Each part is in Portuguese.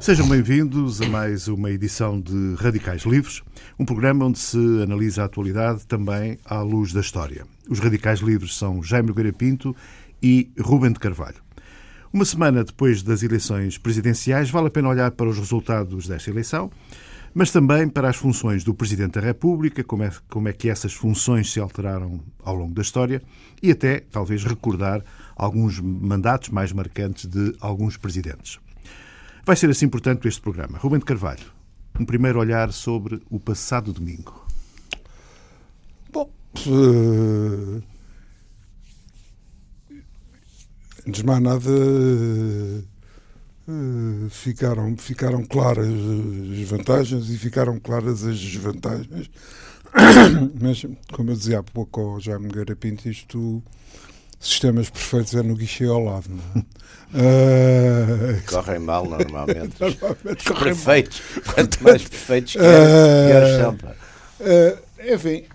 Sejam bem-vindos a mais uma edição de Radicais Livres, um programa onde se analisa a atualidade também à luz da história. Os Radicais Livres são Jaime Nogueira Pinto e Rubem de Carvalho. Uma semana depois das eleições presidenciais, vale a pena olhar para os resultados desta eleição, mas também para as funções do Presidente da República, como é que essas funções se alteraram ao longo da história e até, talvez, recordar alguns mandatos mais marcantes de alguns presidentes. Vai ser assim, portanto, este programa. Rubem de Carvalho, um primeiro olhar sobre o passado domingo. Bom, antes de mais nada, ficaram claras as vantagens e ficaram claras as desvantagens. Mas, como eu dizia há pouco ao Jaime Nogueira Pinto, isto... Sistemas perfeitos é no guichê ao lado, não é? Correm mal normalmente. Os perfeitos. Quanto mais perfeitos piores são. Enfim,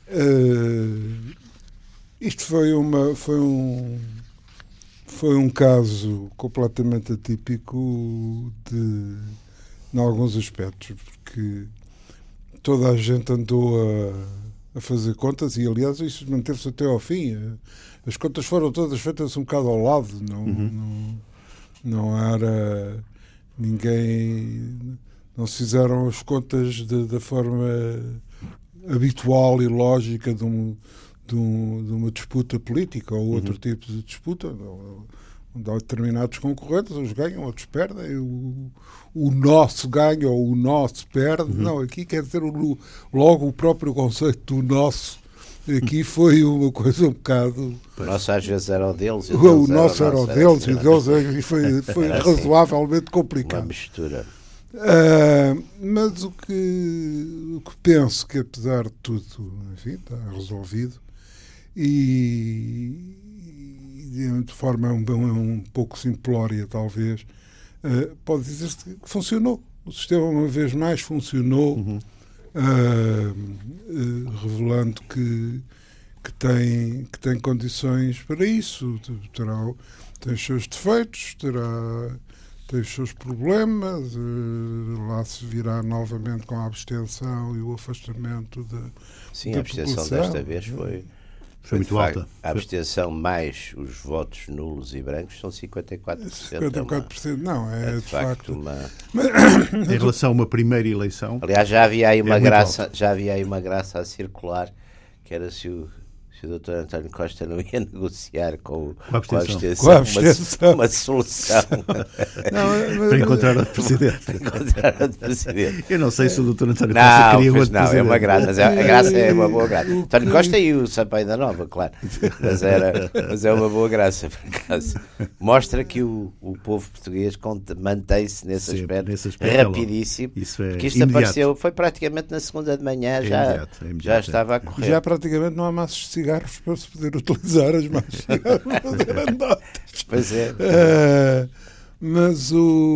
isto foi um caso completamente atípico em alguns aspectos, porque toda a gente andou a fazer contas e, aliás, isso manteve-se até ao fim. As contas foram todas feitas um bocado ao lado, não era ninguém, não se fizeram as contas da forma habitual e lógica de uma disputa política ou outro tipo de disputa. Onde há determinados concorrentes, uns ganham, outros perdem, o nosso ganha ou o nosso perde. Não, aqui quer dizer logo o próprio conceito do nosso. Aqui foi uma coisa um bocado... O nosso às vezes era o deles. O nosso era o deles e o deles foi razoavelmente complicado. Uma mistura. Mas o que penso que, apesar de tudo, enfim, está resolvido e de forma um pouco simplória, talvez, pode dizer-se que funcionou. O sistema, uma vez mais, funcionou. Revelando que tem condições para isso. Tem os seus defeitos, tem os seus problemas, lá se virá novamente com a abstenção e o afastamento da Sim, a abstenção desta vez foi muito alta. A abstenção mais os votos nulos e brancos são 54%. 54%, não, é de facto uma... Em relação a uma primeira eleição... Aliás, já havia aí uma graça a circular, que era se o Dr. António Costa não ia negociar com a abstenção uma solução para encontrar outro presidente. Eu não sei se o Dr. António Costa queria outro presidente. É uma graça, mas a graça é uma boa graça. António Costa e o Sampaio da Nova, claro, mas é uma boa graça, por acaso. Mostra que o povo português mantém-se nesse aspecto rapidíssimo, porque isto apareceu, foi praticamente na segunda de manhã, já estava a correr. Já praticamente não há maços de cigarros para se poder utilizar as mãos de cigarros para fazer anedotas. Pois é. Mas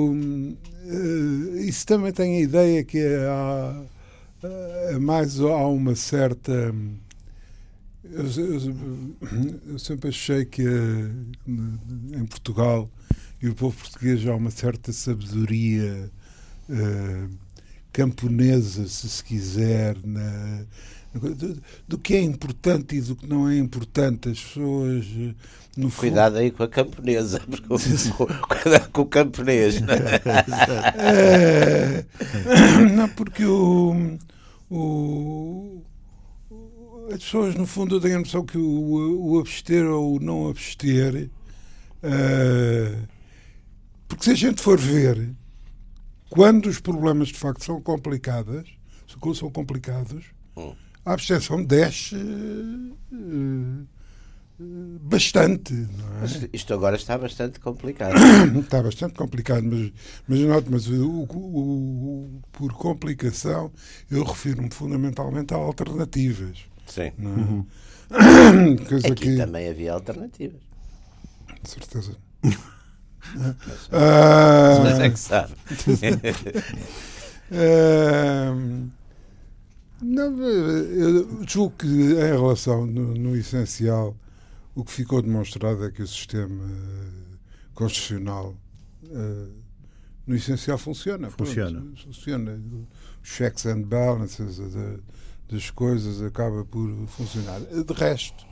isso também tem a ideia que há uma certa... Eu sempre achei que em Portugal e o povo português há uma certa sabedoria camponesa, se quiser, do que é importante e do que não é importante. As pessoas... Cuidado aí com a camponesa, cuidado com o camponês. Não, porque as pessoas, no fundo, têm a noção que o abster ou o não abster, porque se a gente for ver, quando os problemas de facto são complicados, a abstenção desce bastante, não é? Isto agora está bastante complicado. Está bastante complicado, mas por complicação eu refiro-me fundamentalmente a alternativas. Sim. Não é? Coisa Aqui que... também havia alternativas. De certeza. Mas é que sabe. Não, eu julgo que, em relação, no essencial, o que ficou demonstrado é que o sistema constitucional no essencial funciona. Funciona. Os checks and balances das coisas acaba por funcionar. De resto,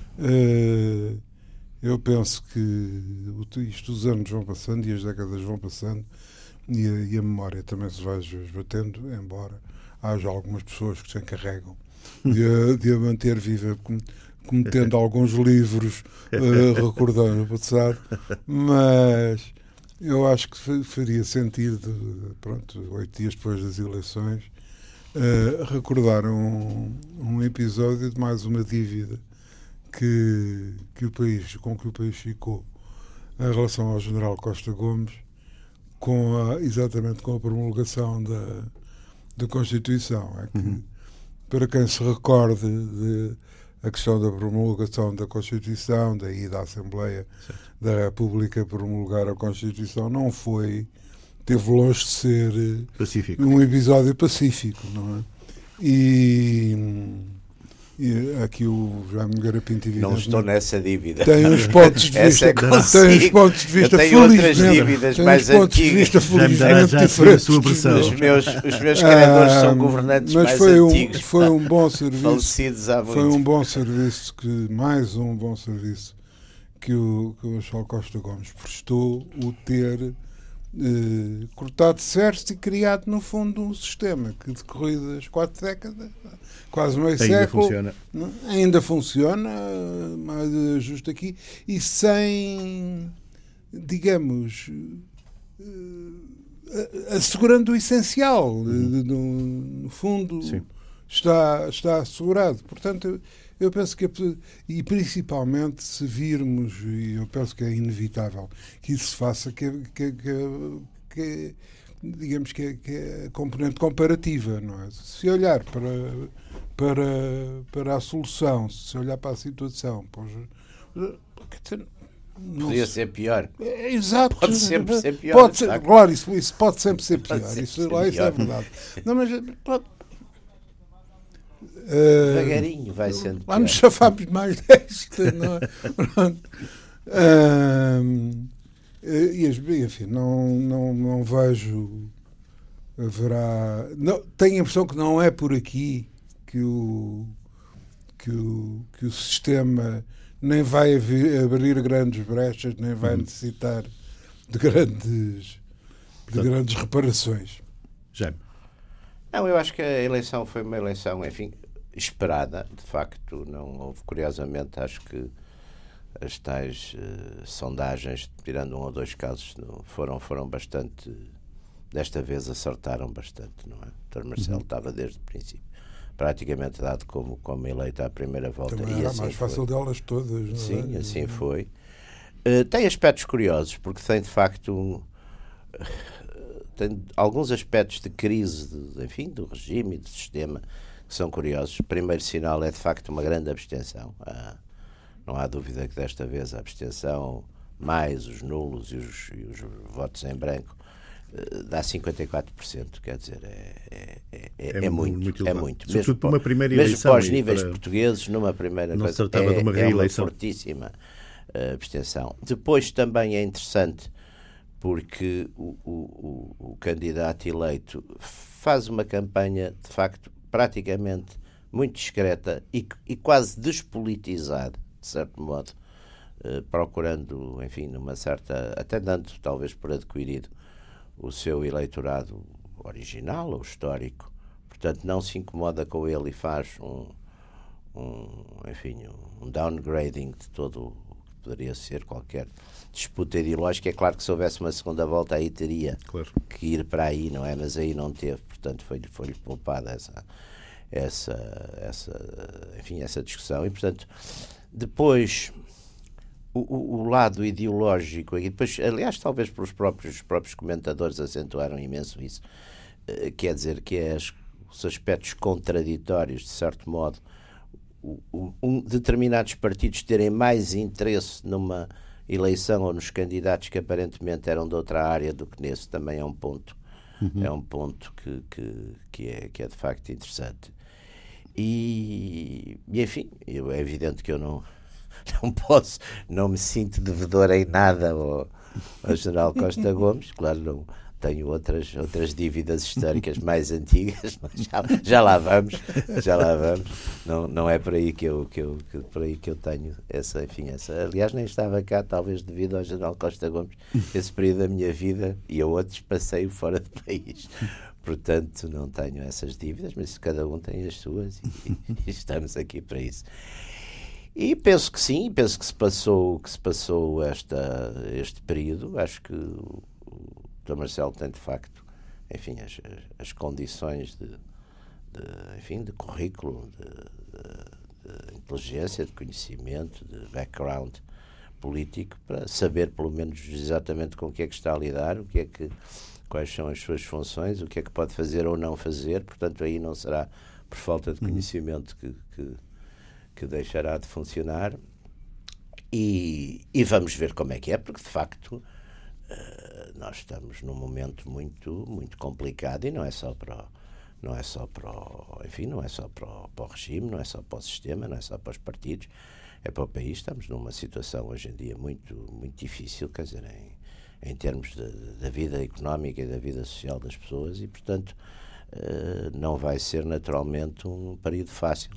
eu penso que os anos vão passando e as décadas vão passando e a memória também se vai esbatendo, embora haja algumas pessoas que se encarregam de a manter viva, cometendo alguns livros recordando o passado, mas eu acho que faria sentido, 8 dias depois das eleições, recordar um episódio de mais uma dívida com que o país ficou em relação ao General Costa Gomes, exatamente com a promulgação da Constituição. É que, para quem se recorde a questão da promulgação da Constituição, da ida à Assembleia da República promulgar a Constituição, teve longe de ser pacífico. Um episódio pacífico, não é? E aqui o Jaime Nogueira Pinto, não estou nessa dívida. Tem uns pontos de vista, tenho outras dívidas mais antigas. Os meus credores são governantes mais antigos. Foi um bom serviço. Falecidos há muito. Foi um bom serviço que o Marcelo Costa Gomes prestou, o ter cortado certo e criado, no fundo, um sistema que, decorridas 4 décadas, quase meio século, ainda funciona, mais justo aqui, e sem, digamos, assegurando o essencial. No fundo, está assegurado. Portanto, eu penso que, e principalmente se virmos, e eu penso que é inevitável que isso se faça, digamos que é a componente comparativa, não é? Se olhar para a solução, se olhar para a situação, podia ser pior. Exato. Pode sempre ser pior. Claro, isso pode sempre ser pior. Isso é verdade. Não, mas devagarinho vai sendo pior. Lá nos chafámos mais desta, não é? Enfim, não vejo. Tenho a impressão que não é por aqui que o sistema nem vai abrir grandes brechas, nem vai necessitar de grandes reparações. Jaime. Não, eu acho que a eleição foi uma eleição, enfim, esperada. De facto, não houve, curiosamente, acho que as tais sondagens, tirando 1 ou 2 casos, foram bastante, desta vez acertaram bastante, não é? O Dr. Marcelo estava desde o princípio praticamente dado como eleito à primeira volta. Também e era assim mais fácil delas todas, não é? Sim, assim foi. Tem aspectos curiosos, porque tem, de facto, tem alguns aspectos de crise, do regime e do sistema, que são curiosos. O primeiro sinal é, de facto, uma grande abstenção. Não há dúvida que desta vez a abstenção, mais os nulos e os votos em branco, dá 54%. Quer dizer, é muito. É muito. Sobretudo para uma primeira eleição. Mesmo para os níveis portugueses, numa primeira não coisa, se tratava de uma reeleição. Uma fortíssima abstenção. Depois também é interessante porque o candidato eleito faz uma campanha, de facto, praticamente muito discreta e quase despolitizada, de certo modo, procurando, enfim, numa certa, até dando talvez por adquirido o seu eleitorado original ou histórico. Portanto, não se incomoda com ele e faz um downgrading de todo o que poderia ser qualquer disputa ideológica. É claro que se houvesse uma segunda volta aí teria que ir para aí, não é? Mas aí não teve, portanto foi-lhe poupada essa discussão. E, portanto, depois o lado ideológico, e depois, aliás, talvez pelos próprios comentadores acentuaram imenso isso, quer dizer que os aspectos contraditórios, de certo modo, determinados partidos terem mais interesse numa eleição ou nos candidatos que aparentemente eram de outra área do que nesse, também é um ponto. É um ponto que é de facto interessante. E enfim, é evidente que eu não me sinto devedor em nada ao General Costa Gomes. Claro, tenho outras dívidas históricas mais antigas, mas já lá vamos. Não é por aí que eu tenho essa. Aliás, nem estava cá, talvez devido ao General Costa Gomes, esse período da minha vida, e a outros passeio fora do país. Portanto, não tenho essas dívidas, mas cada um tem as suas e estamos aqui para isso. E penso que sim, penso que se passou este período. Acho que o Dr. Marcelo tem, de facto, enfim, as condições de currículo, de inteligência, de conhecimento, de background político, para saber, pelo menos, exatamente com o que é que está a lidar, quais são as suas funções, o que é que pode fazer ou não fazer. Portanto, aí não será por falta de conhecimento que deixará de funcionar, e vamos ver como é que é, porque de facto nós estamos num momento muito, muito complicado, e não é só para o regime, não é só para o sistema, não é só para os partidos, é para o país. Estamos numa situação hoje em dia muito, muito difícil, quer dizer, em termos da vida económica e da vida social das pessoas, e portanto não vai ser naturalmente um período fácil.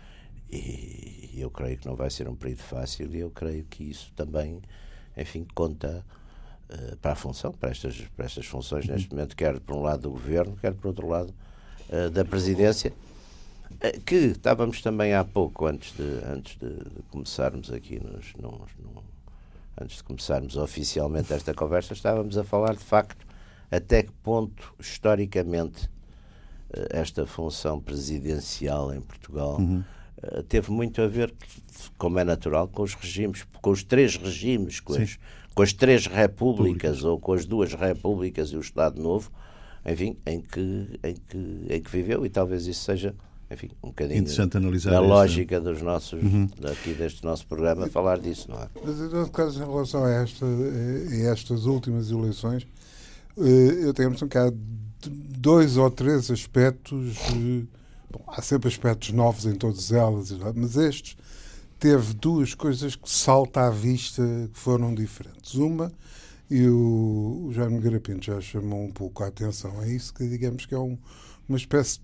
E eu creio que não vai ser um período fácil, e eu creio que isso também, enfim, conta para a função, para estas funções neste momento, quer por um lado do Governo, quer por outro lado da Presidência, que estávamos também há pouco, antes de começarmos aqui, antes de começarmos oficialmente esta conversa, estávamos a falar de facto até que ponto, historicamente, esta função presidencial em Portugal teve muito a ver, como é natural, com os regimes, com os três regimes, com as três repúblicas, ou com as duas repúblicas e o Estado Novo, enfim, em que viveu, e talvez isso seja, enfim, um bocadinho na lógica dos nossos, aqui deste nosso programa, falar disso, não é? Mas, em todo caso, em relação a estas últimas eleições, eu tenho a impressão que há 2 ou 3 aspectos. Há sempre aspectos novos em todas elas, mas estes teve 2 coisas que salta à vista, que foram diferentes. Uma, e o Jaime Nogueira Pinto já chamou um pouco a atenção a isso, que digamos que é uma espécie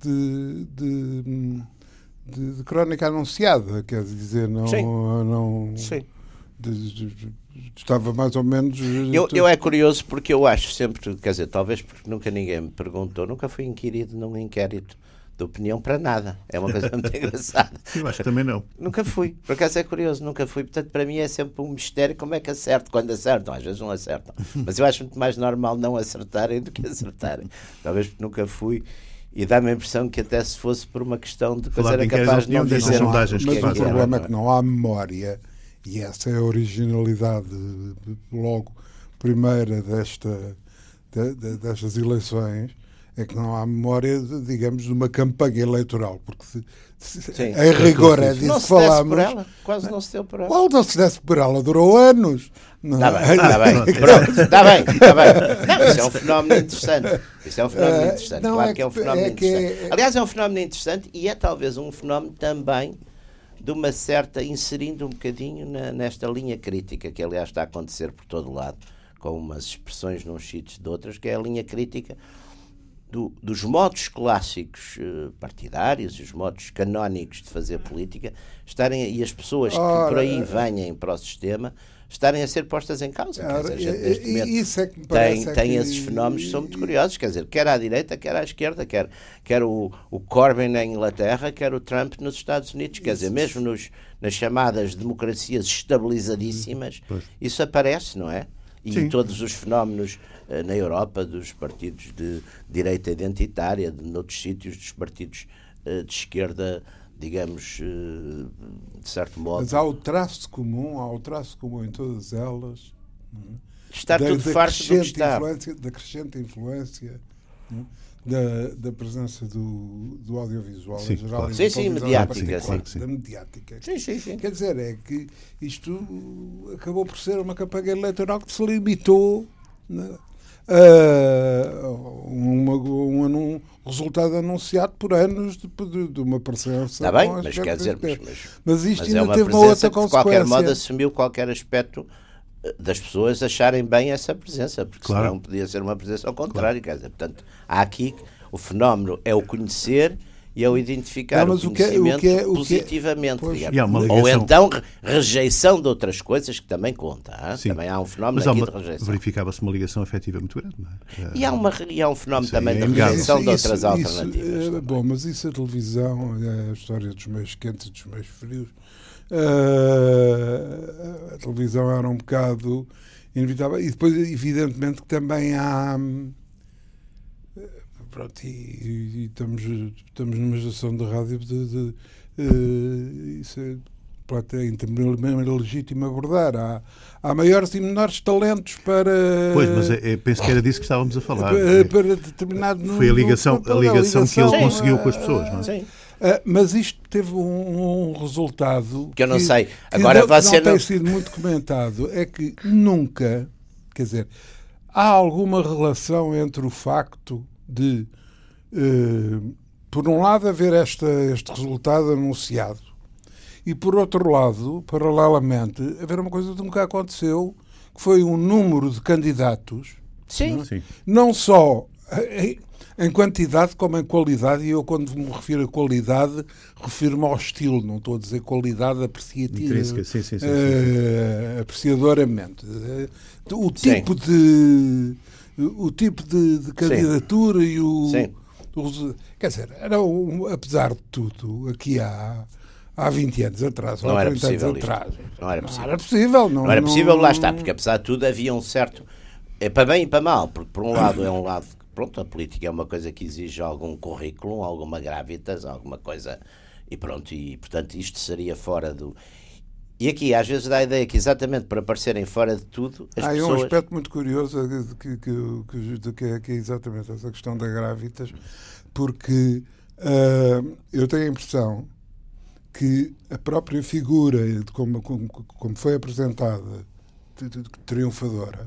de crónica anunciada, quer dizer, Sim. Estava mais ou menos... Eu é curioso, porque eu acho sempre, quer dizer, talvez porque nunca ninguém me perguntou, nunca fui inquirido num inquérito de opinião para nada. É uma coisa muito engraçada. Eu acho que também não. Nunca fui. Por acaso é curioso, nunca fui. Portanto, para mim é sempre um mistério como é que acerto. Quando acertam, às vezes não acertam. Mas eu acho muito mais normal não acertarem do que acertarem. Talvez porque nunca fui, e dá-me a impressão que até se fosse por uma questão de coisa era capaz de não dizer. Mas o problema é que não há memória, e essa é a originalidade logo primeira destas eleições, é que não há memória, digamos, de uma campanha eleitoral, porque em rigor é disso que falámos. Por ela, quase não se deu por ela. Qual não se desse por ela? Durou anos. Está bem. Não, isso é um fenómeno interessante. Claro que é um fenómeno interessante. Aliás, é um fenómeno interessante, e é talvez um fenómeno também de uma certa, inserindo um bocadinho nesta linha crítica, que aliás está a acontecer por todo o lado, com umas expressões num sítios de outras, que é a linha crítica dos modos clássicos partidários e os modos canónicos de fazer política e as pessoas que por aí venham para o sistema estarem a ser postas em causa. Quer dizer, neste momento isso é que me parece tem esses fenómenos que são muito curiosos, quer dizer, quer à direita, quer à esquerda, quer o Corbyn na Inglaterra, quer o Trump nos Estados Unidos, quer dizer, mesmo nas chamadas democracias estabilizadíssimas, isso aparece, não é? E Sim. Todos os fenómenos na Europa dos partidos de direita identitária, noutros sítios dos partidos de esquerda, digamos, de certo modo. Mas há o traço comum em todas elas. Está tudo farto do que está. Da crescente influência, da presença do audiovisual em geral. Claro. Sim, mediática. Da mediática. Sim. Quer dizer, é que isto acabou por ser uma campanha eleitoral que se limitou a um resultado anunciado por anos de uma presença. Está bem, mas quer dizer, mas isto ainda é uma teve uma outra consequência. De qualquer modo assumiu qualquer aspecto das pessoas acharem bem essa presença, porque claro. senão podia ser uma presença ao contrário. Quer dizer, portanto, há aqui o fenómeno é o conhecer e é o identificar o conhecimento positivamente. Ou então rejeição de outras coisas que também conta. Também há um fenómeno aqui de rejeição. Verificava-se uma ligação afetiva muito grande. Não é? E há um fenómeno também de rejeição de outras alternativas. Bom, mas isso a televisão, a história dos meios quentes e dos meios frios, a televisão era um bocado inevitável. E depois, evidentemente, que também há... Pronto, e estamos numa geração de rádio isso é inteiramente legítimo abordar. Há maiores e menores talentos para... Pois, mas penso que era disso que estávamos a falar. Para determinado... Foi a ligação que ele conseguiu com as pessoas, não é? Sim. Mas isto teve um resultado que eu não sei. Agora você não tem sido muito comentado. É que nunca, quer dizer, há alguma relação entre o facto de, por um lado, haver este resultado anunciado e, por outro lado, paralelamente, haver uma coisa que nunca aconteceu, que foi um número de candidatos, não só em quantidade como em qualidade, e eu, quando me refiro a qualidade, refiro-me ao estilo, não estou a dizer qualidade apreciativa, apreciadoramente. O tipo de candidatura e quer dizer, apesar de tudo, aqui há 20 anos atrás, ou há 30 anos atrás. Não era possível. Não era possível. Não era possível, lá está, porque apesar de tudo havia um certo... É para bem e para mal, porque por um lado é um lado... Pronto, a política é uma coisa que exige algum currículo, alguma gravitas, alguma coisa... E pronto, e portanto isto seria fora do... E aqui às vezes dá a ideia que exatamente para aparecerem fora de tudo as pessoas... Há um aspecto muito curioso que é exatamente essa questão da gravitas, porque eu tenho a impressão que a própria figura, como foi apresentada, triunfadora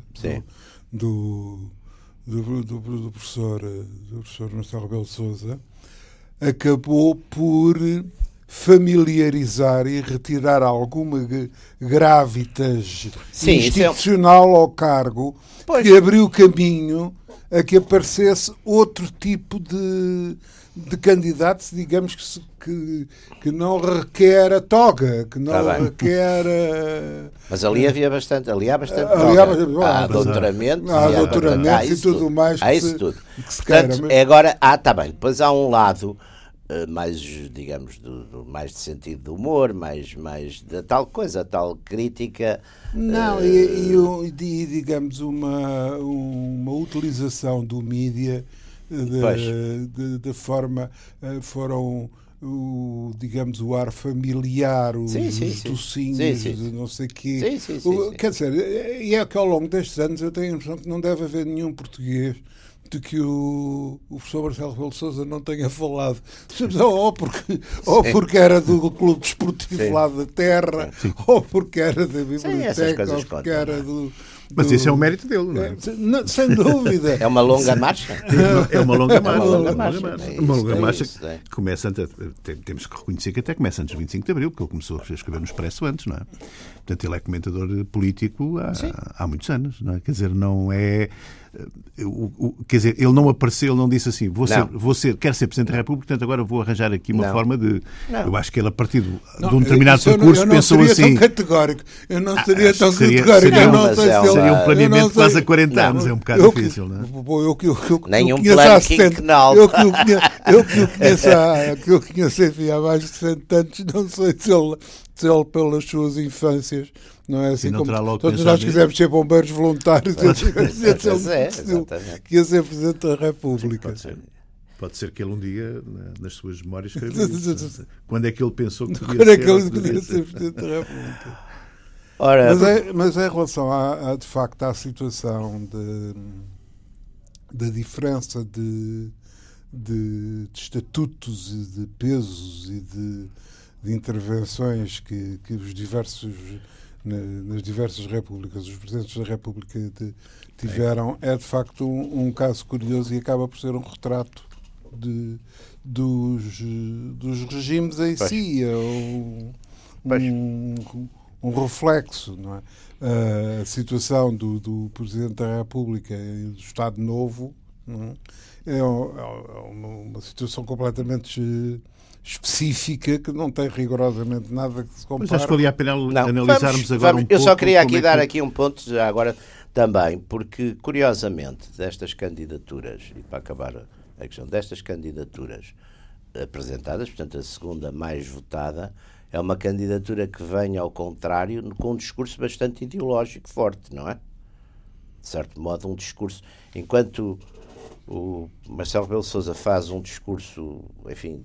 do professor Marcelo Rebelo de Sousa, acabou por familiarizar e retirar alguma gravitas institucional ao cargo, que abriu caminho a que aparecesse outro tipo de candidatos, digamos, que não requer a toga, que não requer... Mas ali havia bastante, há doutoramentos e tudo mais que se queira. Agora, está bem, depois há um lado mais, digamos, mais de sentido do humor, mais da tal coisa, tal crítica. Não, e digamos, uma utilização do mídia da forma, foram, digamos, o ar familiar, os docinhos, de não sei o quê. Quer dizer, e é que ao longo destes anos eu tenho a impressão que não deve haver nenhum português de que o professor Marcelo Rebelo de Sousa não tenha falado, ou porque era do Clube Desportivo lá da Terra, ou porque era da biblioteca, ou porque era do... Mas isso é um mérito dele, não é? Sem dúvida. É uma longa marcha? É uma longa marcha. Começa temos que reconhecer que até começa antes do 25 de Abril, porque ele começou a escrever no Expresso antes, não é? Portanto, ele é comentador político há muitos anos, não é? Quer dizer, não é... Quer dizer, ele não apareceu, ele não disse assim, quero ser Presidente da República, portanto agora vou arranjar aqui uma forma de... Eu acho que ele, a partir de um determinado percurso, pensou assim... Eu não seria tão categórico. Eu não seria tão categórico. Seria um planeamento quase há 40 anos, é um bocado difícil, não é? Nem um plano quinquenal. Eu que o conheço há mais de 60 anos, não sei se ele, pelas suas infâncias, não é assim como todos nós quisemos ser bombeiros voluntários, que ia ser Presidente da República. Pode ser que ele um dia, nas suas memórias, quando é que ele pensou que podia ser Presidente da República. Mas em relação de facto à situação da diferença de estatutos e de pesos e de intervenções que nas diversas repúblicas, os presidentes da República tiveram, é de facto um caso curioso e acaba por ser um retrato dos regimes em si. um reflexo, não é? A situação do Presidente da República e do Estado Novo, não é? É uma situação completamente específica que não tem rigorosamente nada que se compare. Mas acho que valia a pena analisarmos agora um pouco. Eu só queria aqui dar aqui um ponto já agora também, porque curiosamente destas candidaturas, e para acabar a questão destas candidaturas apresentadas, portanto a segunda mais votada, é uma candidatura que vem ao contrário, com um discurso bastante ideológico forte, não é? De certo modo, um discurso, enquanto o Marcelo Rebelo de Sousa faz um discurso, enfim,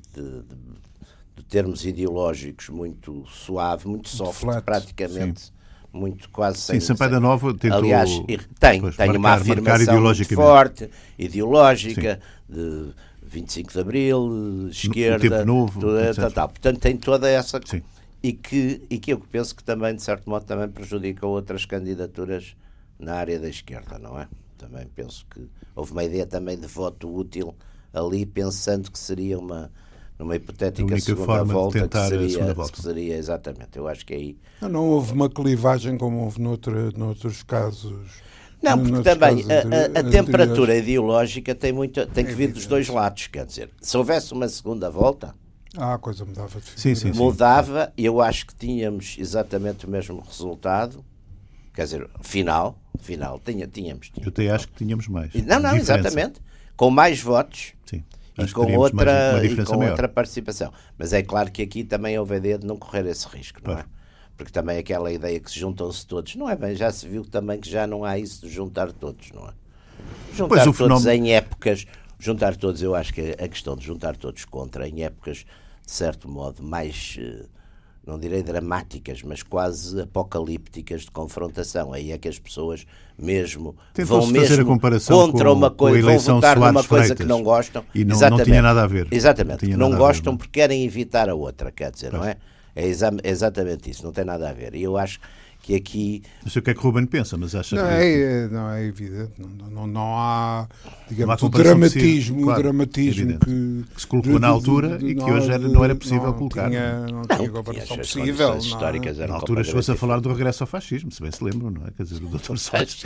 de termos ideológicos muito suave, muito soft, flat, praticamente, sim. Muito quase sem... Sim, Sampaio da Nova tentou... Aliás, tem uma afirmação muito forte, ideológica, de 25 de Abril, esquerda... O tempo novo, tal. Portanto, tem toda essa... Sim. E que eu penso que também, de certo modo, também prejudica outras candidaturas na área da esquerda, não é? Também penso que houve uma ideia também de voto útil ali, pensando que seria numa hipotética segunda volta, que seria exatamente. Eu acho que aí... Não houve uma clivagem como houve noutros casos. Não, porque também a temperatura ideológica tem que vir dos dois lados. Quer dizer, se houvesse uma segunda volta... a coisa mudava de figura. Sim. Mudava, e eu acho que tínhamos exatamente o mesmo resultado. Quer dizer, final tínhamos. Eu até acho que tínhamos mais. Não, exatamente. Com mais votos. Sim. E com outra participação. Mas é claro que aqui também houve a ideia de não correr esse risco, não é? Porque também aquela ideia que se juntam-se todos, não é bem, já se viu também que já não há isso de juntar todos, não é? Juntar todos fenómeno... em épocas, juntar todos, eu acho que a questão de juntar todos contra, em épocas, de certo modo, mais, não direi dramáticas, mas quase apocalípticas de confrontação. Aí é que as pessoas mesmo vão mesmo contra uma coisa, vão votar numa coisa que não gostam. E não tinha nada a ver. Exatamente, não gostam porque querem evitar a outra, quer dizer, não é? É exatamente isso, não tem nada a ver. E eu acho que aqui... Não sei o que é que o Ruben pensa, mas acha não, que... Não é evidente. Não há, digamos, não há o dramatismo, claro, que se colocou na altura e que hoje não era possível colocar. Não tinha comparação possível. Na altura chegou-se a falar do regresso ao fascismo, se bem se lembram, não é? Quer dizer, o Dr. Soares...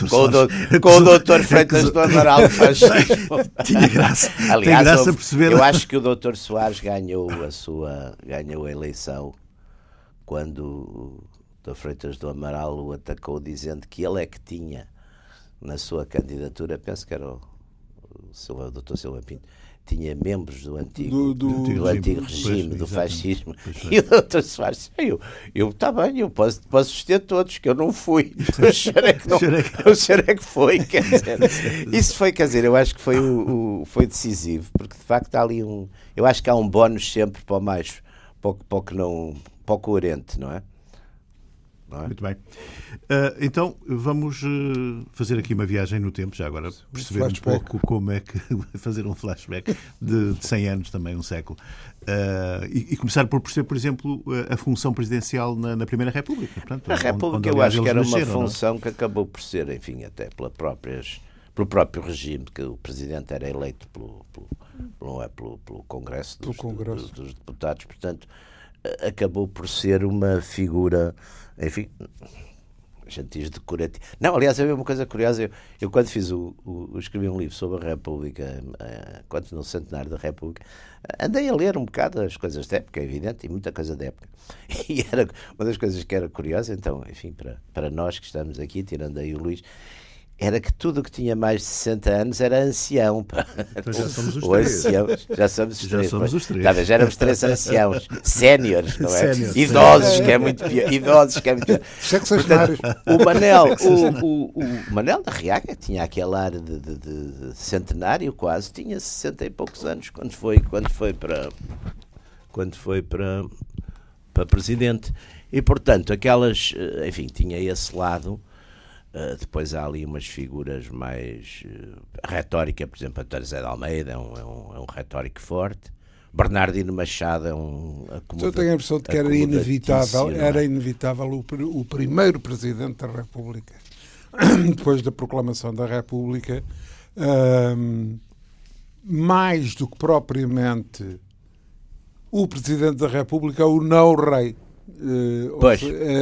Com o Dr. Freitas do Amaral fascismo. Tinha graça. Aliás, tem graça perceber... Eu acho que o Dr. Soares ganhou a eleição quando... o Freitas do Amaral o atacou dizendo que ele é que tinha na sua candidatura, penso que era o Dr. Silva Pinto, tinha membros do antigo regime, do fascismo, e o Dr. Soares eu está bem, eu posso ter todos, que eu não fui, o senhor é que foi, quer dizer, isso foi, quer dizer, eu acho que foi decisivo, porque de facto há ali eu acho que há um bónus sempre para o mais, para o coerente, não é? Muito bem. Então vamos fazer aqui uma viagem no tempo, já agora perceber um pouco como é que fazer um flashback de 100 anos, também um século, e começar por perceber, por exemplo, a função presidencial na Primeira República. Portanto, a República eu acho que era uma função que acabou por ser, enfim, até pelo próprio regime, que o Presidente era eleito pelo Congresso dos Deputados, portanto acabou por ser uma figura, enfim, a gente diz decorativa. Não, aliás, havia uma coisa curiosa, eu quando fiz escrevi um livro sobre a República, quando no centenário da República, andei a ler um bocado as coisas da época, é evidente, e muita coisa da época. E era uma das coisas que era curiosa, então, enfim, para nós que estamos aqui, tirando aí o Luís, era que tudo o que tinha mais de 60 anos era ancião. Então já somos os três. Já somos os três. Talvez já éramos 3 anciãos. Séniores, não é? Idosos, que é muito pior. Portanto, o Manel da Riaga tinha aquele ar de centenário quase, tinha 60 e poucos anos quando foi para presidente. E, portanto, enfim, tinha esse lado. Depois há ali umas figuras mais... a retórica, por exemplo, António José de Almeida é um retórico forte. Bernardino Machado é um... Eu tenho a impressão de que era inevitável o primeiro Presidente da República, depois da proclamação da República, mais do que propriamente o Presidente da República, o não-rei. Pois.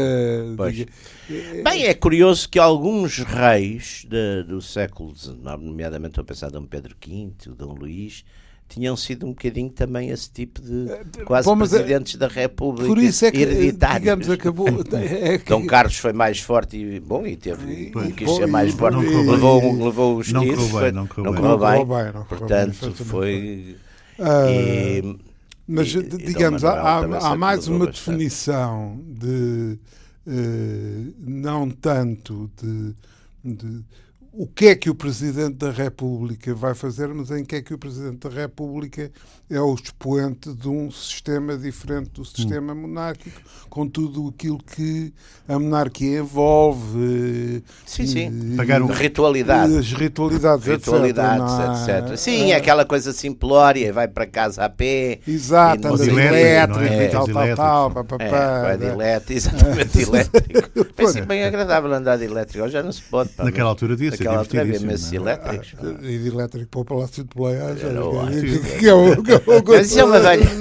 Bem, é curioso que alguns reis do século XIX, nomeadamente estou a pensar Dom Pedro V, Dom Luís, tinham sido um bocadinho também esse tipo de quase presidentes da República, por isso é que, hereditários. Digamos, acabou. Dom Carlos foi mais forte e teve quis ser mais forte, levou os tiros, não correu bem. Portanto, foi. Mas, digamos, há mais uma definição de não tanto de o que é que o Presidente da República vai fazer, mas em que é que o Presidente da República é o expoente de um sistema diferente do sistema monárquico, com tudo aquilo que a monarquia envolve. Sim. Pagar ritualidade. As ritualidades, etc. Sim, aquela coisa simplória, vai para casa a pé. Exato, anda de elétrico e tal. Exatamente, elétrico. É assim, bem agradável andar de elétrico, já não se pode. Naquela altura disse. Naquela altura havia messes elétricos. E de elétrico para o Palácio de Belém. Mas isso é uma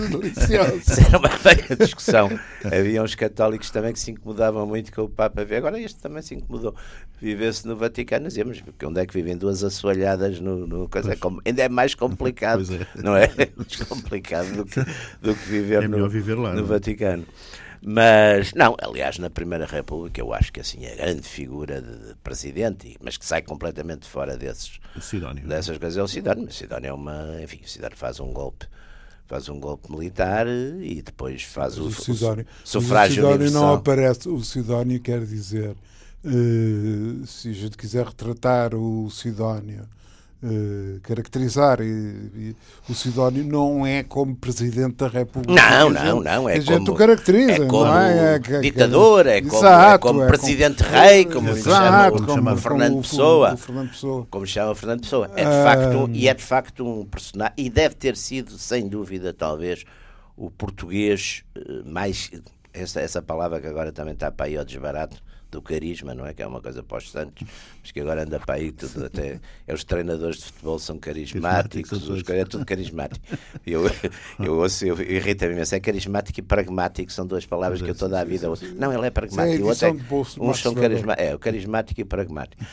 velha discussão. Havia uns católicos também que se incomodavam muito com o Papa. Agora este também se incomodou. Vivesse no Vaticano, dizemos, porque onde é que vivem duas assoalhadas no coisa? Ainda é mais complicado, não é? É mais complicado do que viver no Vaticano. Mas, não, aliás, na Primeira República eu acho que assim a grande figura de presidente, mas que sai completamente fora dessas coisas, é o Sidónio. O Sidónio o Sidónio faz um golpe militar e depois faz o sufrágio universal. O Sidónio não aparece, o Sidónio quer dizer, se a gente quiser retratar o Sidónio, caracterizar o Sidónio não é como Presidente da República. Não. A gente o caracteriza. É como não é? ditador, como Presidente-Rei, como chama Fernando Pessoa. Como chama Fernando Pessoa. É de facto um personagem, e deve ter sido, sem dúvida, talvez, o português mais... Essa palavra que agora também está para aí ao desbarato, do carisma, não é? Que é uma coisa para os Santos, mas que agora anda para aí tudo, até os treinadores de futebol são carismáticos, é tudo carismático. Eu irrita-me imenso, é carismático e pragmático, são duas palavras que eu toda a vida ouço. Não, ele é pragmático, uns são carismáticos, o carismático e pragmático.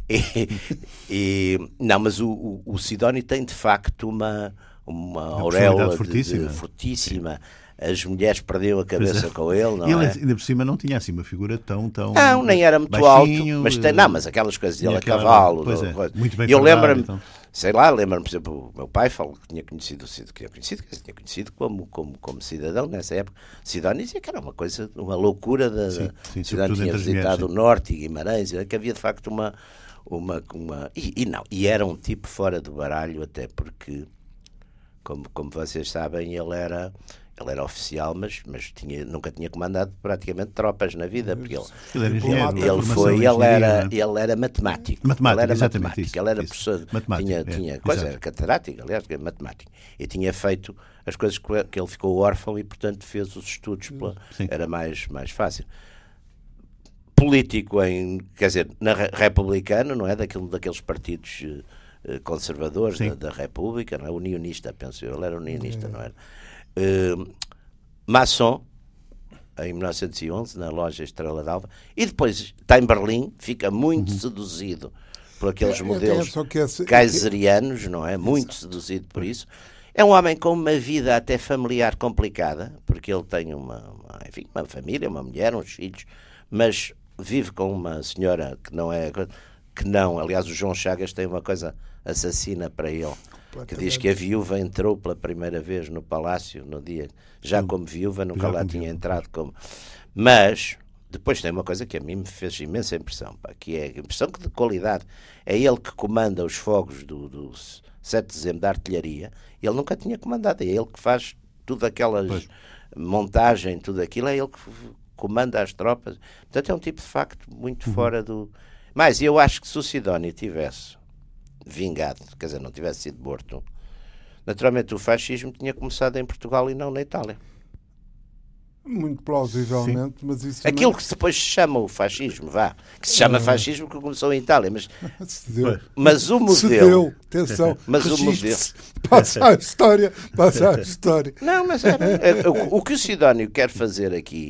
Não, mas o Sidónio tem de facto uma auréola fortíssima. As mulheres perdiam a cabeça com ele, não é? E ele ainda por cima não tinha assim uma figura tão não, nem era muito baixinho, alto, mas aquelas coisas dele a cavalo. Muito bem. Eu lembro-me, lembro-me, por exemplo, o meu pai falou que tinha conhecido como cidadão nessa época. Sidónio dizia que era uma loucura Sidónio tinha visitado o Norte e Guimarães, que havia de facto e era um tipo fora do baralho, até porque, como vocês sabem, ele era oficial, mas nunca tinha comandado praticamente tropas na vida, porque ele era matemático. Ele era professor, era catedrático, aliás, matemático. E tinha feito as coisas que ele ficou órfão e, portanto, fez os estudos, era mais fácil. Político, republicano, não é? Daqueles partidos conservadores da República, não é? Unionista, penso eu, ele era unionista, não era? Maçom, em 1911, na loja Estrela d'Alva, e depois está em Berlim, fica muito seduzido por aqueles modelos kaiserianos, não é? Muito seduzido por isso. É um homem com uma vida até familiar complicada, porque ele tem uma família, uma mulher, uns filhos, mas vive com uma senhora aliás, o João Chagas tem uma coisa assassina para ele, que diz que a viúva entrou pela primeira vez no palácio no dia, já como viúva, nunca lá tinha entrado como... Mas depois tem uma coisa que a mim me fez imensa impressão, que é impressão de qualidade. É ele que comanda os fogos do 7 de dezembro da artilharia. Ele nunca tinha comandado, é ele que faz tudo aquelas montagem, tudo aquilo, é ele que comanda as tropas. Portanto, é um tipo de facto muito fora do... Mas eu acho que se o Sidónio tivesse vingado, quer dizer, não tivesse sido morto, naturalmente o fascismo tinha começado em Portugal e não na Itália. Muito plausivelmente, mas isso aquilo que depois se chama o fascismo, que se chama fascismo, que começou em Itália, mas o modelo... Atenção, mas o modelo... Passa a história. Não, mas o que o Sidónio quer fazer aqui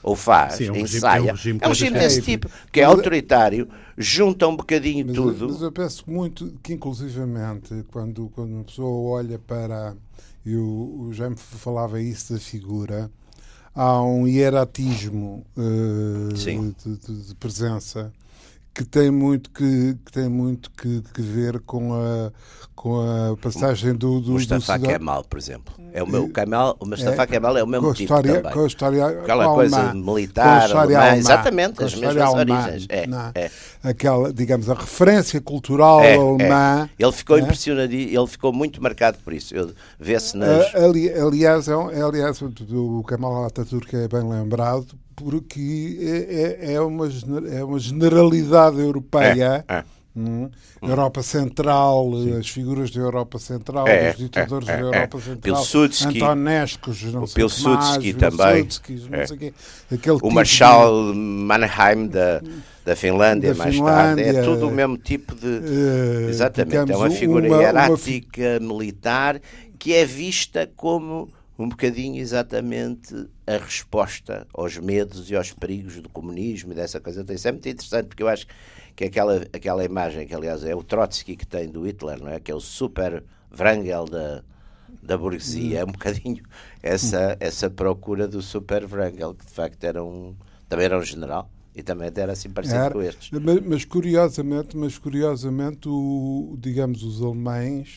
ou faz, sim, ensaia, é um regime desse tipo, que é autoritário, junta um bocadinho tudo. Mas eu penso muito que, inclusivamente, quando uma pessoa olha para... E o Jaime falava isso da figura, há um hieratismo de presença que tem muito que ver com a passagem do Mustafa Kemal, por exemplo. O Mustafa Kemal é o mesmo tipo também. Com a história aquela coisa militar, alemã, exatamente, as mesmas origens. Aquela, digamos, a referência cultural alemã. Ele ficou impressionado, ele ficou muito marcado por isso. Vê-se nas... Aliás, o Kemal Atatürk é bem lembrado, porque é uma generalidade europeia. Europa Central, as figuras da Europa Central, dos ditadores da Europa Central, Antonescos, não sei Pilsudski também, não sei quê, o Marshal Mannheim da Finlândia, mais tarde, é tudo o mesmo tipo de... exatamente, digamos, é uma figura hierática, militar, que é vista como um bocadinho exatamente a resposta aos medos e aos perigos do comunismo e dessa coisa. Então, isso é muito interessante, porque eu acho que aquela imagem, que aliás é o Trotsky que tem do Hitler, não é? Que é o super Wrangel da burguesia, é um bocadinho essa procura do super Wrangel, que de facto também era um general e também era assim parecido com estes. Mas curiosamente, digamos, os alemães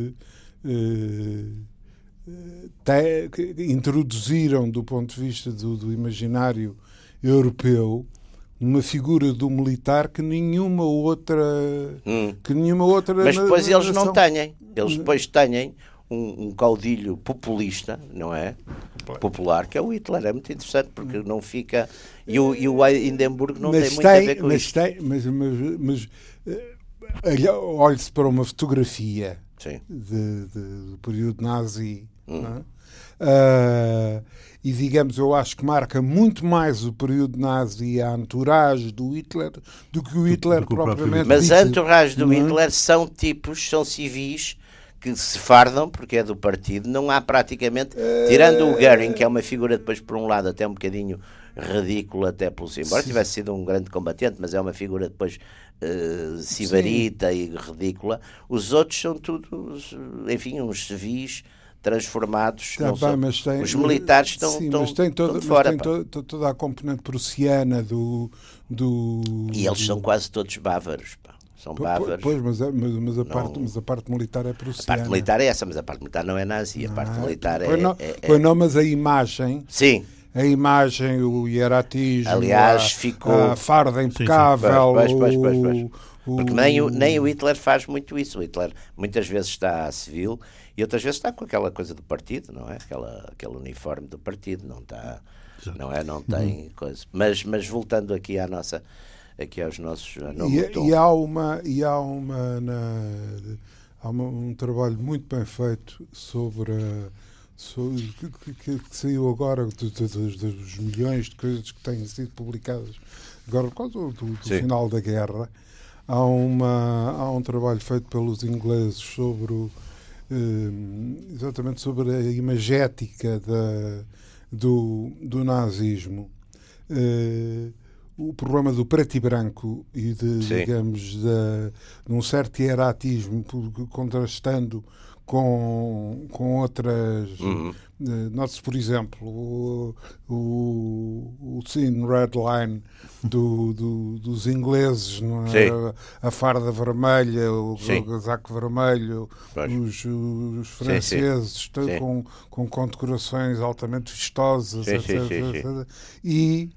introduziram, do ponto de vista do imaginário europeu, uma figura do militar que nenhuma outra mas depois eles não têm. Eles depois têm um caudilho populista, não é? Popular, que é o Hitler. É muito interessante porque não fica... E o Hindenburg não tem muito a ver com isso. Mas olhe-se para uma fotografia do período nazi, não é? E digamos, eu acho que marca muito mais o período nazi e a entourage do Hitler do que o Hitler propriamente. Mas a entourage do Hitler são civis que se fardam, porque é do partido. Não há praticamente, tirando o Göring, que é uma figura depois por um lado até um bocadinho ridícula, até pelo embora tivesse sido um grande combatente, mas é uma figura depois sibarita e ridícula. Os outros são todos, enfim, uns civis transformados. Os militares estão fora. Mas tem toda a componente prussiana e eles são quase todos bávaros. São bávaros. Pois, mas a parte militar é prussiana. A parte militar é essa, mas a parte militar não é nazi. A parte militar Pois não, mas a imagem... Sim. A imagem, o hieratismo, aliás, ficou... a farda impecável... Porque nem o Hitler faz muito isso. O Hitler muitas vezes está a civil e outras vezes está com aquela coisa do partido, não é? Aquele uniforme do partido, não está... Não é? Não tem coisa. Mas voltando aqui aos nossos... Há um trabalho muito bem feito que saiu agora dos milhões de coisas que têm sido publicadas agora por causa do final da guerra. Há um trabalho feito pelos ingleses exatamente sobre a imagética do nazismo, o problema do preto e branco e digamos de um certo hieratismo contrastando com outras. Note-se, por exemplo, o scene red line dos ingleses, não é? A farda vermelha, o casaco vermelho, os franceses estão com condecorações altamente vistosas, etc. E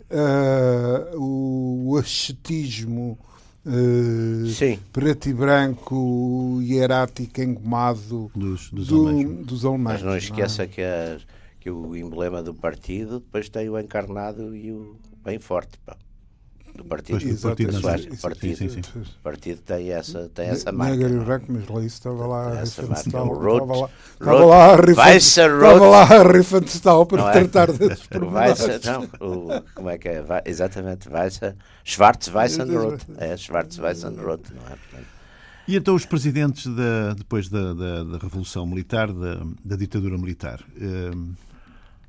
o ascetismo preto e branco, hierático, engomado dos alemães. Mas não esqueça que o emblema do partido depois tem o encarnado e o bem forte do partido. O partido tem essa marca. Negro e branco, mas lá isso estava lá a Riefenstahl para tratar desses pormenores. Como é que é? Exatamente, Schwarz-Weißenrot. É Schwarz-Weißenrot, não é? E então os presidentes depois da Revolução Militar, da ditadura militar,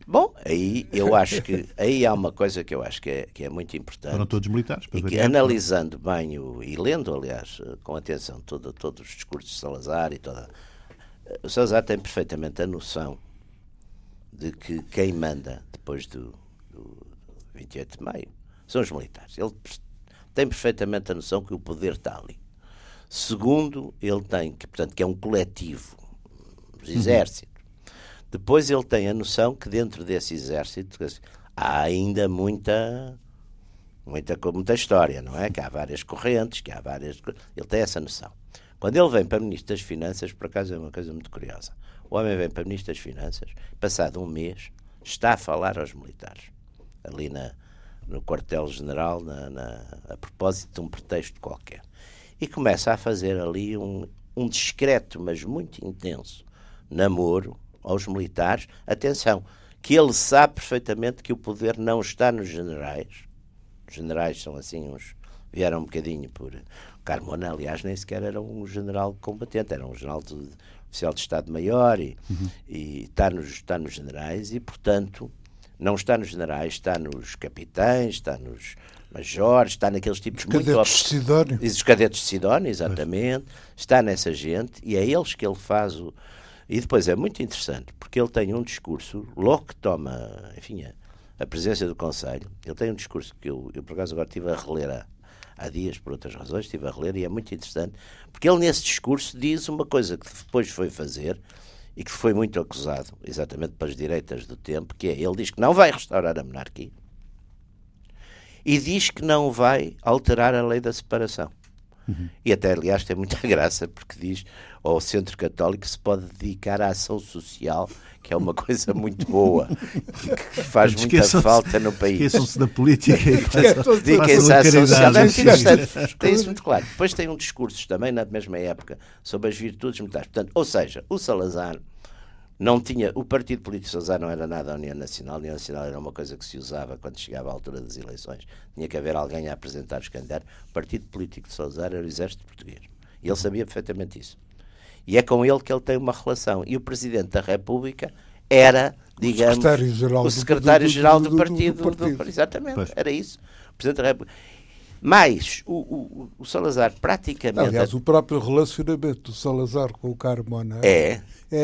Bom, aí eu acho que aí há uma coisa que eu acho que é muito importante. Foram todos militares. E que, analisando bem e lendo, aliás, com atenção todos os discursos de Salazar o Salazar tem perfeitamente a noção de que quem manda depois do 28 de maio são os militares. Ele tem perfeitamente a noção que o poder está ali. Segundo, ele tem portanto, que é um coletivo, os exércitos. Depois ele tem a noção que dentro desse exército há ainda muita história, não é? Que há várias correntes, que há várias... Ele tem essa noção. Quando ele vem para Ministro das Finanças, por acaso é uma coisa muito curiosa. O homem vem para Ministro das Finanças, passado um mês, está a falar aos militares. Ali no quartel-general, a propósito de um pretexto qualquer. E começa a fazer ali um discreto, mas muito intenso, namoro aos militares. Atenção, que ele sabe perfeitamente que o poder não está nos generais. Os generais são assim uns... Vieram um bocadinho por... Carmona, aliás, nem sequer era um general combatente, era um general oficial de Estado-Maior e está nos generais e, portanto, não está nos generais, está nos capitães, está nos majores, está naqueles tipos muito... Cadetes de Sidónio. Os cadetes de Sidónio, exatamente. Está nessa gente e é eles que ele faz o... E depois é muito interessante, porque ele tem um discurso, logo que toma, enfim, a presidência do Conselho, ele tem um discurso que eu por acaso agora estive a reler há dias, por outras razões, estive a reler e é muito interessante, porque ele nesse discurso diz uma coisa que depois foi fazer e que foi muito acusado, exatamente pelas direitas do tempo, que é, ele diz que não vai restaurar a monarquia e diz que não vai alterar a lei da separação. E até, aliás, tem muita graça, porque diz ao Centro Católico que se pode dedicar à ação social, que é uma coisa muito boa, que faz muita falta no país. Esqueçam-se da política e dediquem-se à ação social. É muito interessante. Tem isso muito claro. Depois tem um discurso também, na mesma época, sobre as virtudes militares. Portanto, ou seja, o Salazar não tinha... O partido político de Salazar não era nada a União Nacional. A União Nacional era uma coisa que se usava quando chegava à altura das eleições. Tinha que haver alguém a apresentar os candidatos. O partido político de Salazar era o Exército Português. E ele sabia perfeitamente isso. E é com ele que ele tem uma relação. E o Presidente da República era, digamos, o secretário-geral do partido. Exatamente, pois. Era isso. O Presidente da República. Mas o Salazar praticamente... Aliás, o próprio relacionamento do Salazar com o Carmona é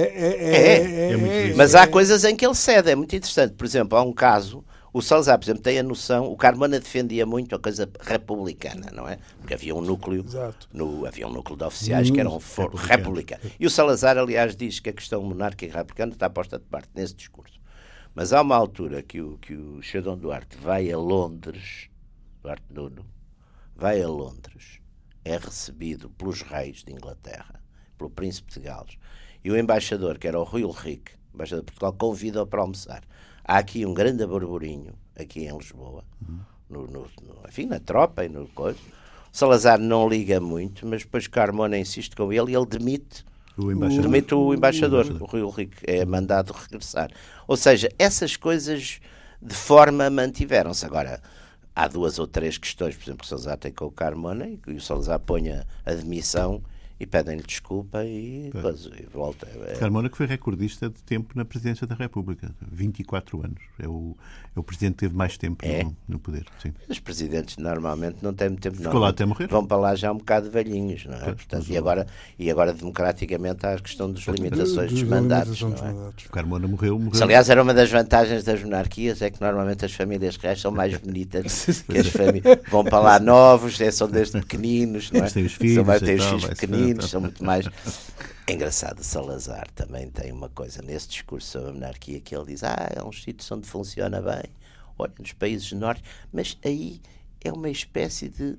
muito... Mas há coisas em que ele cede, é muito interessante. Por exemplo, há um caso, o Salazar, por exemplo, tem a noção, o Carmona defendia muito a coisa republicana, não é? Porque havia um núcleo, havia um núcleo de oficiais que eram republicanos. E o Salazar, aliás, diz que a questão monárquica e republicana está posta de parte nesse discurso. Mas há uma altura que o Xadão Duarte vai a Londres, Duarte Nuno, vai a Londres, é recebido pelos reis de Inglaterra, pelo príncipe de Gales, e o embaixador, que era o Rui Ulrich, embaixador de Portugal, convida-o para almoçar. Há aqui um grande burburinho, aqui em Lisboa, enfim, na tropa e no coisa. Salazar não liga muito, mas depois Carmona insiste com ele e ele demite o embaixador, o Rui Ulrich, é mandado regressar. Ou seja, essas coisas de forma mantiveram-se. Agora, há 2 ou 3 questões, por exemplo, que o Salazar tem com o Carmona e o Salazar põe a demissão e pedem-lhe desculpa e volta. Carmona, que foi recordista de tempo na presidência da República, 24 anos. É o presidente que teve mais tempo no poder. Sim. Os presidentes normalmente não têm muito tempo. Ficou lá até morrer. Vão para lá já um bocado velhinhos, não é? Pois, portanto, e agora democraticamente há a questão das limitações dos mandatos. Não é? Carmona morreu. Aliás, era uma das vantagens das monarquias, é que normalmente as famílias reais são mais bonitas que as famílias. Vão para lá novos, são desde pequeninos, não é? Têm os filhos pequeninos, são muito mais... É engraçado, Salazar também tem uma coisa nesse discurso sobre a monarquia que ele diz, é uns sítios onde funciona bem, olha, nos países nórdicos, mas aí é uma espécie de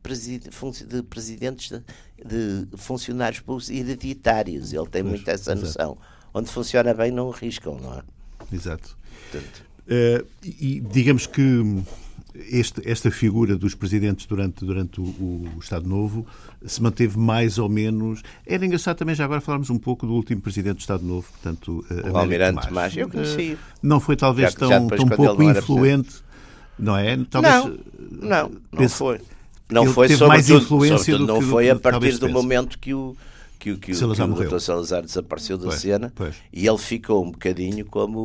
presidentes de funcionários públicos hereditários. Ele tem muito essa noção. Onde funciona bem não arriscam, não é? Exato. E digamos que esta figura dos presidentes durante o Estado Novo se manteve mais ou menos... Era engraçado também já agora falarmos um pouco do último presidente do Estado Novo, portanto... O Almirante Tomás. Eu conheci. Não foi talvez tão pouco influente, não é? Talvez, não foi. Não foi, sobretudo não foi a partir do momento que o Dr. Salazar desapareceu da cena e ele ficou um bocadinho como...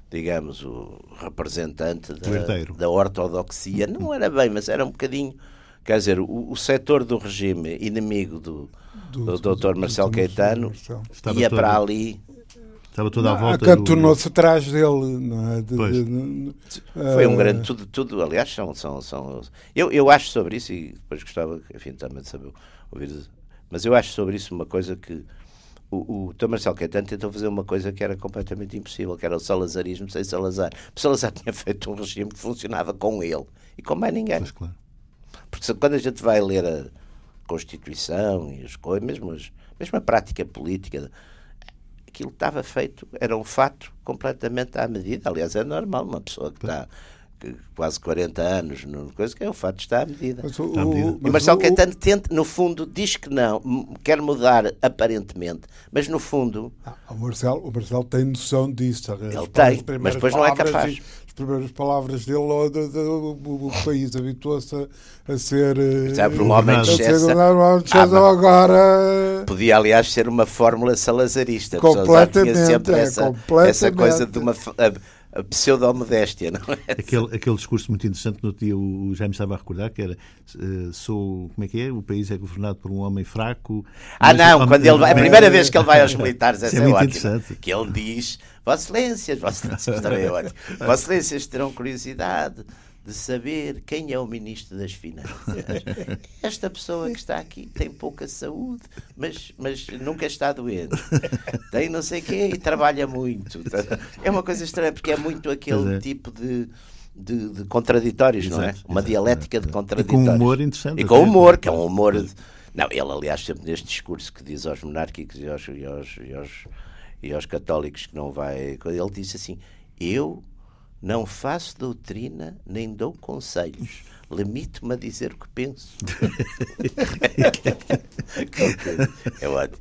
digamos, o representante herdeiro da ortodoxia. Não era bem, mas era um bocadinho, quer dizer, o setor do regime inimigo do Dr. Marcelo Caetano ia para ali. Estava toda à volta. Acantonou-se atrás dele, não é? Foi um grande. Tudo aliás, eu acho sobre isso, e depois gostava, enfim, também de saber ouvir. Mas eu acho sobre isso uma coisa que o Dr. Marcelo Caetano tentou fazer uma coisa que era completamente impossível, que era o salazarismo sem Salazar. O Salazar tinha feito um regime que funcionava com ele e com mais ninguém. Pois, claro. Porque quando a gente vai ler a Constituição e as coisas, mesmo a prática política, aquilo estava feito, era um fato completamente à medida. Aliás, é normal uma pessoa que está quase 40 anos no coisa, que é o fato de estar à medida. E Marcelo Caetano no fundo diz que não, quer mudar aparentemente, mas no fundo o Marcelo tem noção disso. Ele tem, mas depois não é capaz. As primeiras palavras dele, o país habituou-se a ser por um homem de excesso. Agora podia aliás ser uma fórmula salazarista. Completamente, tinha sempre essa coisa de uma a pseudo-modéstia, não é? Aquele discurso muito interessante no dia o Jaime estava a recordar, que era como é que é? O país é governado por um homem fraco. Quando ele vai, a primeira vez que ele vai aos militares, essa é ótima. Que ele diz, Vossas Excelências também é ótimo. Vossas Excelências terão curiosidade de saber quem é o Ministro das Finanças. Esta pessoa que está aqui tem pouca saúde, mas nunca está doente. Tem não sei o quê e trabalha muito. É uma coisa estranha, porque é muito aquele tipo de contraditórios, não é? Uma dialética de contraditórios. E com humor interessante. E com humor, que é um humor... Não, ele, aliás, sempre neste discurso que diz aos monárquicos e aos católicos que não vai... Ele disse assim, eu não faço doutrina nem dou conselhos. Limito-me a dizer o que penso. É ótimo.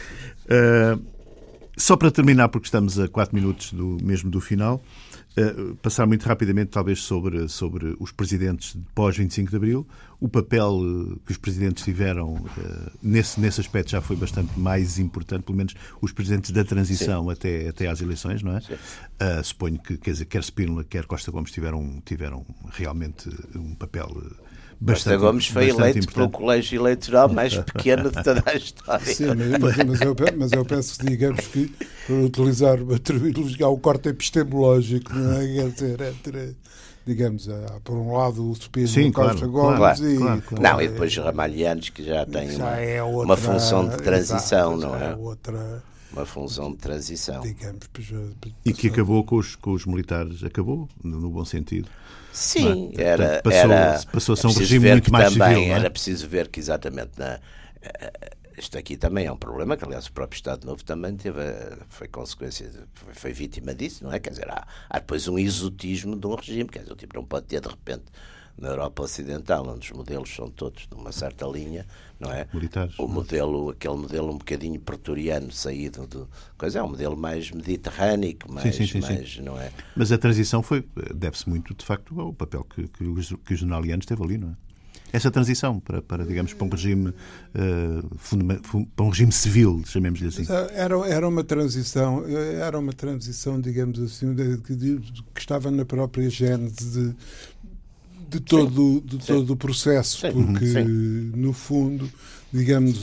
Só para terminar, porque estamos a 4 minutos do final, passar muito rapidamente talvez sobre os presidentes pós 25 de Abril. O papel que os presidentes tiveram nesse aspecto já foi bastante mais importante, pelo menos os presidentes da transição até às eleições, não é? Suponho que quer Spínola, quer Costa Gomes tiveram realmente um papel bastante. Costa Gomes foi eleito importante pelo colégio eleitoral mais pequeno de toda a história. Sim, mas eu penso que, digamos que, para utilizar uma terminologia, o corte epistemológico, não é? Quer dizer, digamos, por um lado o Spínola, Costa Gomes claro. Não, e depois Ramalhianos, que já tem uma função de transição, não é? Uma função de transição. Digamos, e que acabou com os militares, acabou, no bom sentido. Sim, passou a ser um regime muito mais civil. Era preciso ver que exatamente isto aqui também é um problema, que aliás o próprio Estado Novo também foi consequência, foi vítima disso, não é? Quer dizer, há depois um exotismo de um regime, quer dizer, o tipo não pode ter de repente na Europa Ocidental, onde os modelos são todos de uma certa linha, não é? Militares. Aquele modelo um bocadinho pretoriano saído de coisa, é um modelo mais mediterrâneo, mais não é? Mas a transição deve-se muito, de facto, ao papel que o general Lianos teve ali, não é? Essa transição para digamos, para um regime para um regime civil, chamemos-lhe assim. Era uma transição, digamos assim, que estava na própria gênese de todo o processo, porque no fundo, digamos,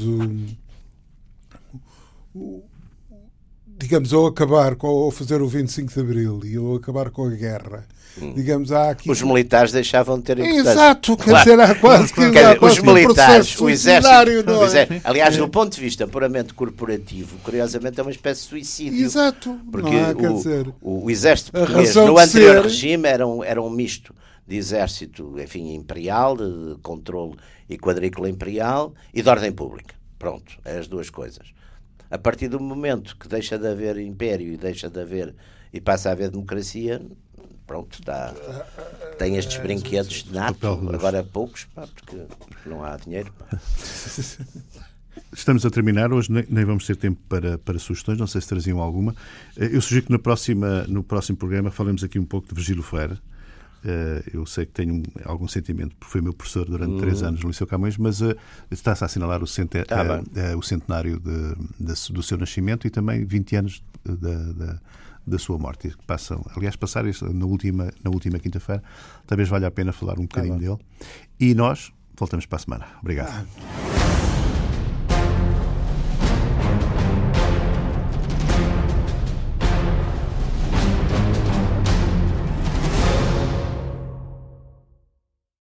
ao fazer o 25 de Abril e ao acabar com a guerra, digamos, há aqui... Os militares deixavam de ter importância. Exato, quer dizer, há quase que... Os militares, o exército... Aliás, do ponto de vista puramente corporativo, curiosamente é uma espécie de suicídio. Exato. Porque o exército português, no anterior regime, era um misto de exército, enfim, imperial, de controle e quadrícula imperial, e de ordem pública. Pronto, é as duas coisas. A partir do momento que deixa de haver império e passa a haver democracia, pronto, tem estes brinquedos de nato, agora poucos, porque não há dinheiro. Estamos a terminar, hoje nem vamos ter tempo para sugestões, não sei se traziam alguma. Eu sugiro que no próximo programa falemos aqui um pouco de Virgílio Ferreira. Eu sei que tenho algum sentimento, porque foi meu professor durante 3 anos no Liceu Camões, mas está-se a assinalar o centenário do seu nascimento e também 20 anos da sua morte. Passar isso na última quinta-feira, talvez valha a pena falar um bocadinho dele. E nós voltamos para a semana. Obrigado.